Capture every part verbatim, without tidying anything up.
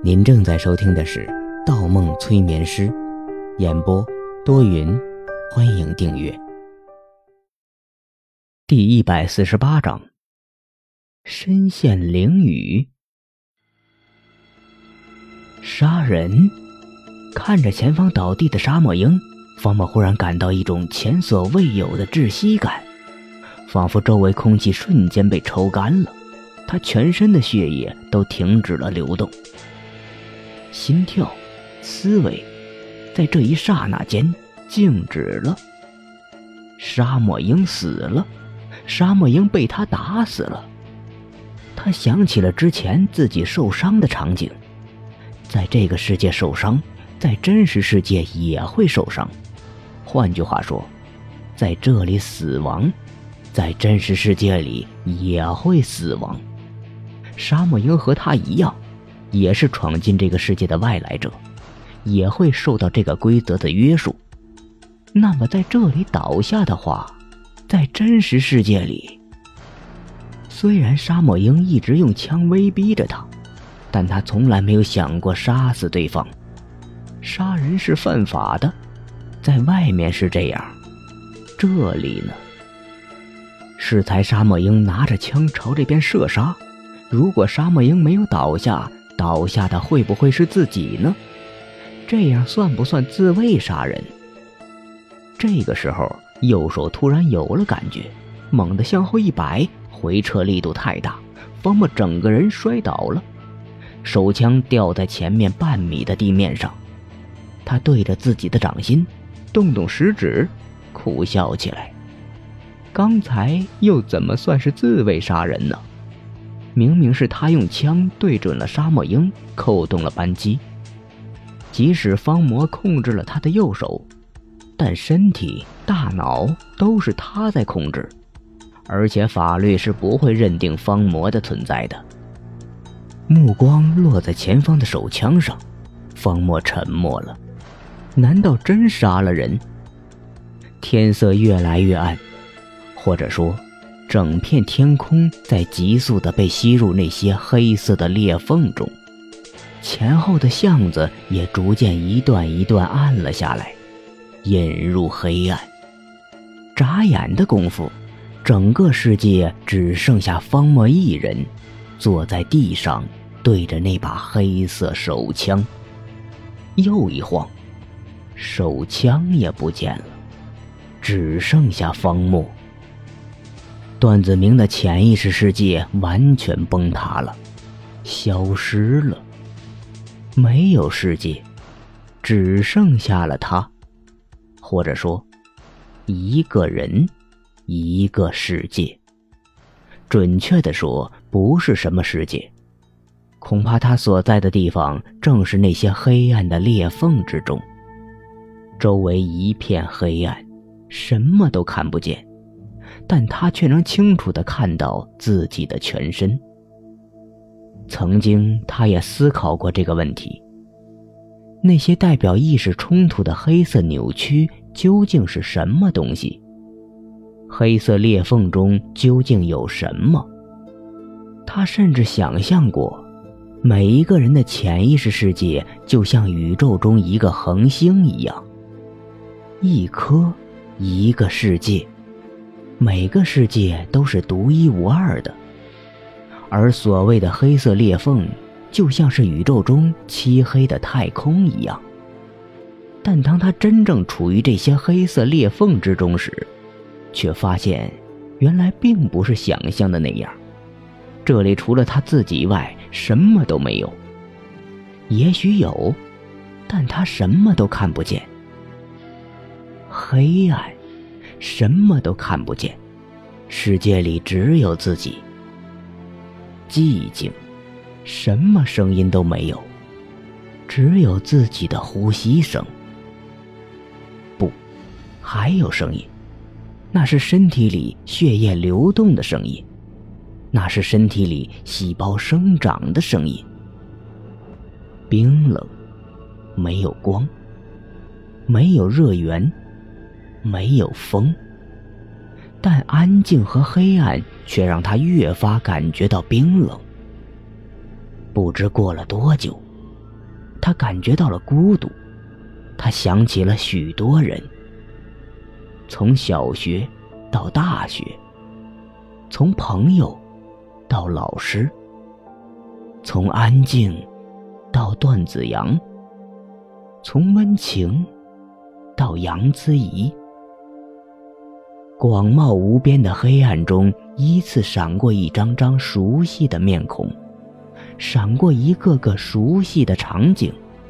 您正在收听的是《盗梦催眠师》，演播多云，欢迎订阅。第一百四十八章，身陷囹圄。杀人！看着前方倒地的沙漠鹰，方默忽然感到一种前所未有的窒息感，仿佛周围空气瞬间被抽干了，他全身的血液都停止了流动。心跳、思维在这一刹那间静止了。沙漠鹰死了，沙漠鹰被他打死了。他想起了之前自己受伤的场景，在这个世界受伤，在真实世界也会受伤。换句话说，在这里死亡，在真实世界里也会死亡。沙漠鹰和他一样，也是闯进这个世界的外来者，也会受到这个规则的约束。那么在这里倒下的话，在真实世界里，虽然沙漠鹰一直用枪威逼着他，但他从来没有想过杀死对方。杀人是犯法的，在外面是这样，这里呢？适才沙漠鹰拿着枪朝这边射杀，如果沙漠鹰没有倒下，倒下的会不会是自己呢？这样算不算自卫杀人？这个时候右手突然有了感觉，猛地向后一摆，回撤力度太大，方默整个人摔倒了，手枪掉在前面半米的地面上。他对着自己的掌心动动食指，苦笑起来。刚才又怎么算是自卫杀人呢？明明是他用枪对准了沙漠鹰，扣动了扳机。即使方魔控制了他的右手，但身体、大脑都是他在控制，而且法律是不会认定方魔的存在的。目光落在前方的手枪上，方魔沉默了。难道真杀了人？天色越来越暗，或者说整片天空在急速地被吸入那些黑色的裂缝中，前后的巷子也逐渐一段一段暗了下来，引入黑暗。眨眼的功夫，整个世界只剩下方默一人，坐在地上对着那把黑色手枪。又一晃，手枪也不见了，只剩下方默。段子明的潜意识世界完全崩塌了，消失了，没有世界，只剩下了他，或者说一个人，一个世界。准确地说，不是什么世界，恐怕他所在的地方正是那些黑暗的裂缝之中。周围一片黑暗，什么都看不见，但他却能清楚地看到自己的全身。曾经他也思考过这个问题，那些代表意识冲突的黑色扭曲究竟是什么东西？黑色裂缝中究竟有什么？他甚至想象过，每一个人的潜意识世界就像宇宙中一个恒星一样，一颗一个世界，每个世界都是独一无二的。而所谓的黑色裂缝，就像是宇宙中漆黑的太空一样。但当他真正处于这些黑色裂缝之中时，却发现原来并不是想象的那样。这里除了他自己外，什么都没有。也许有，但他什么都看不见。黑暗，什么都看不见，世界里只有自己。寂静，什么声音都没有，只有自己的呼吸声。不，还有声音，那是身体里血液流动的声音，那是身体里细胞生长的声音。冰冷，没有光，没有热源，没有风，但安静和黑暗却让他越发感觉到冰冷。不知过了多久， 他感觉到了孤独，他想起了许多人，从小学到大学，从朋友到老师，从安静到段子阳，从温情到杨姿怡。广袤无边的黑暗中，依次闪过一张张熟悉的面孔，闪过一个个熟悉的场景。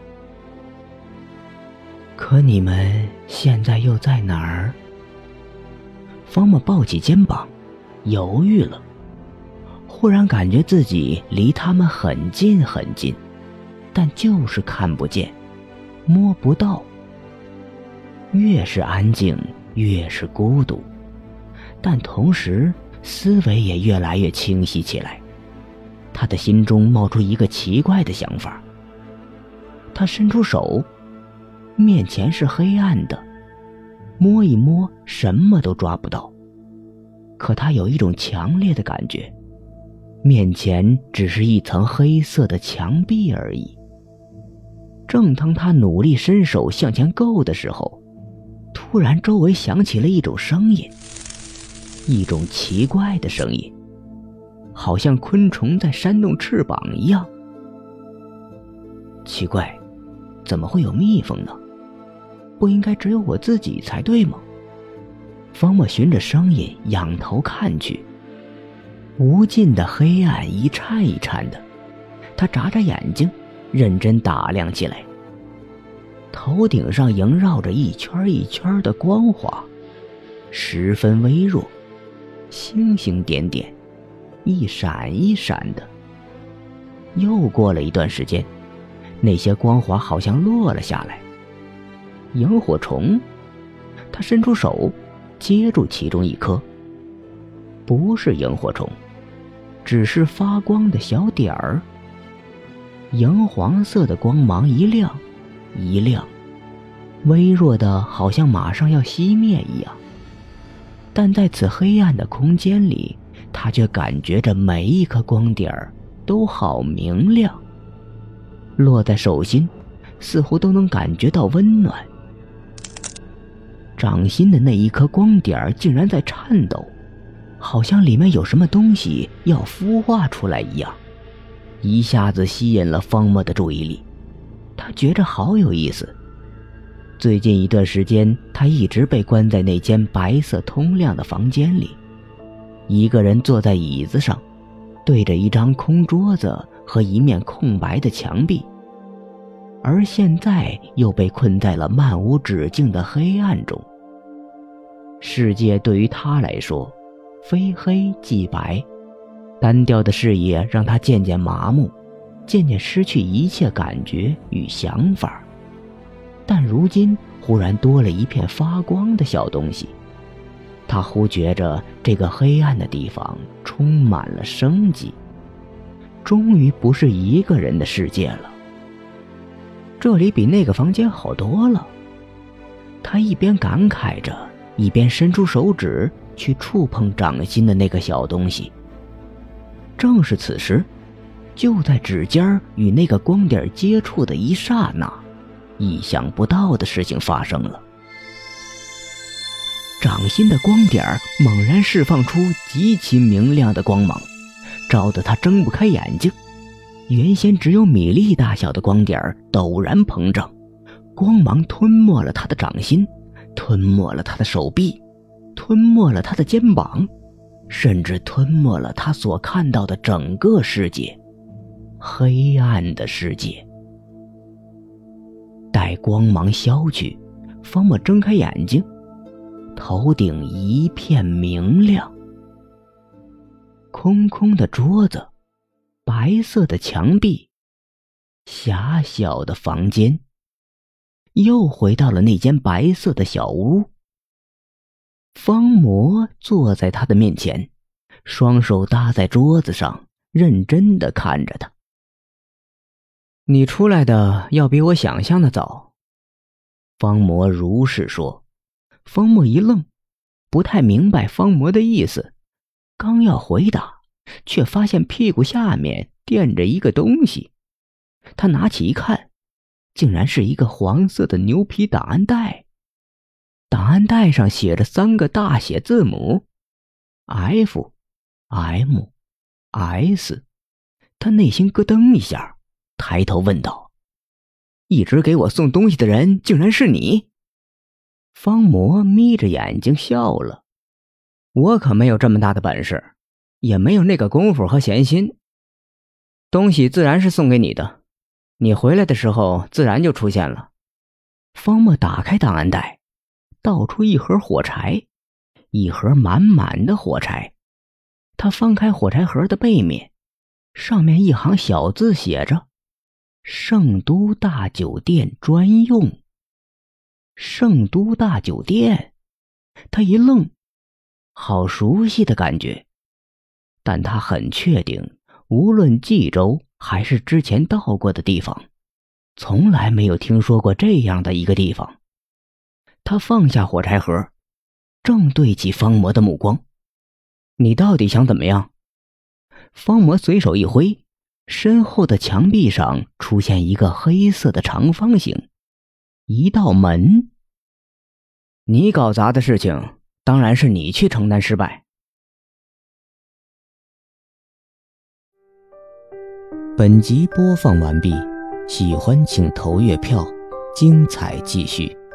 可你们现在又在哪儿？方默抱起肩膀，犹豫了，忽然感觉自己离他们很近很近，但就是看不见，摸不到。越是安静，越是孤独，但同时思维也越来越清晰起来。他的心中冒出一个奇怪的想法。他伸出手，面前是黑暗的，摸一摸什么都抓不到。可他有一种强烈的感觉，面前只是一层黑色的墙壁而已。正当他努力伸手向前够的时候，突然周围响起了一种声音，一种奇怪的声音，好像昆虫在扇动翅膀一样。奇怪，怎么会有蜜蜂呢？不应该只有我自己才对吗？方默循着声音仰头看去，无尽的黑暗一颤一颤的，他眨眨眼睛，认真打量起来。头顶上萦绕着一圈一圈的光华，十分微弱，星星点点，一闪一闪的。又过了一段时间，那些光华好像落了下来。萤火虫，他伸出手接住其中一颗，不是萤火虫，只是发光的小点儿。荧黄色的光芒一亮一亮，微弱的好像马上要熄灭一样。但在此黑暗的空间里，他却感觉着每一颗光点儿都好明亮，落在手心似乎都能感觉到温暖。掌心的那一颗光点竟然在颤抖，好像里面有什么东西要孵化出来一样，一下子吸引了方默的注意力。他觉着好有意思。最近一段时间，他一直被关在那间白色通亮的房间里，一个人坐在椅子上，对着一张空桌子和一面空白的墙壁，而现在又被困在了漫无止境的黑暗中。世界对于他来说，非黑即白，单调的视野让他渐渐麻木，渐渐失去一切感觉与想法。但如今忽然多了一片发光的小东西，他忽觉着这个黑暗的地方充满了生机，终于不是一个人的世界了。这里比那个房间好多了。他一边感慨着，一边伸出手指去触碰掌心的那个小东西。正是此时，就在指尖与那个光点接触的一刹那，意想不到的事情发生了。掌心的光点猛然释放出极其明亮的光芒，照得他睁不开眼睛。原先只有米粒大小的光点陡然膨胀，光芒吞没了他的掌心，吞没了他的手臂，吞没了他的肩膀，甚至吞没了他所看到的整个世界，黑暗的世界。待光芒消去，方默睁开眼睛，头顶一片明亮。空空的桌子，白色的墙壁，狭小的房间，又回到了那间白色的小屋。方魔坐在他的面前，双手搭在桌子上，认真地看着他。你出来的要比我想象的早。方魔如是说。方墨一愣，不太明白方魔的意思，刚要回答，却发现屁股下面垫着一个东西。他拿起一看， 竟然是一个黄色的牛皮档案袋。档案袋上写着三个大写字母 F M S。 他内心咯噔一下，抬头问道：一直给我送东西的人竟然是你？方魔眯着眼睛笑了：我可没有这么大的本事，也没有那个功夫和闲心。东西自然是送给你的，你回来的时候自然就出现了。方墨打开档案袋，倒出一盒火柴，一盒满满的火柴。他翻开火柴盒的背面，上面一行小字写着：圣都大酒店专用。圣都大酒店，他一愣，好熟悉的感觉，但他很确定，无论冀州还是之前到过的地方，从来没有听说过这样的一个地方。他放下火柴盒，正对起方魔的目光：你到底想怎么样？方魔随手一挥，身后的墙壁上出现一个黑色的长方形，一道门。你搞砸的事情，当然是你去承担失败。本集播放完毕，喜欢请投月票，精彩继续。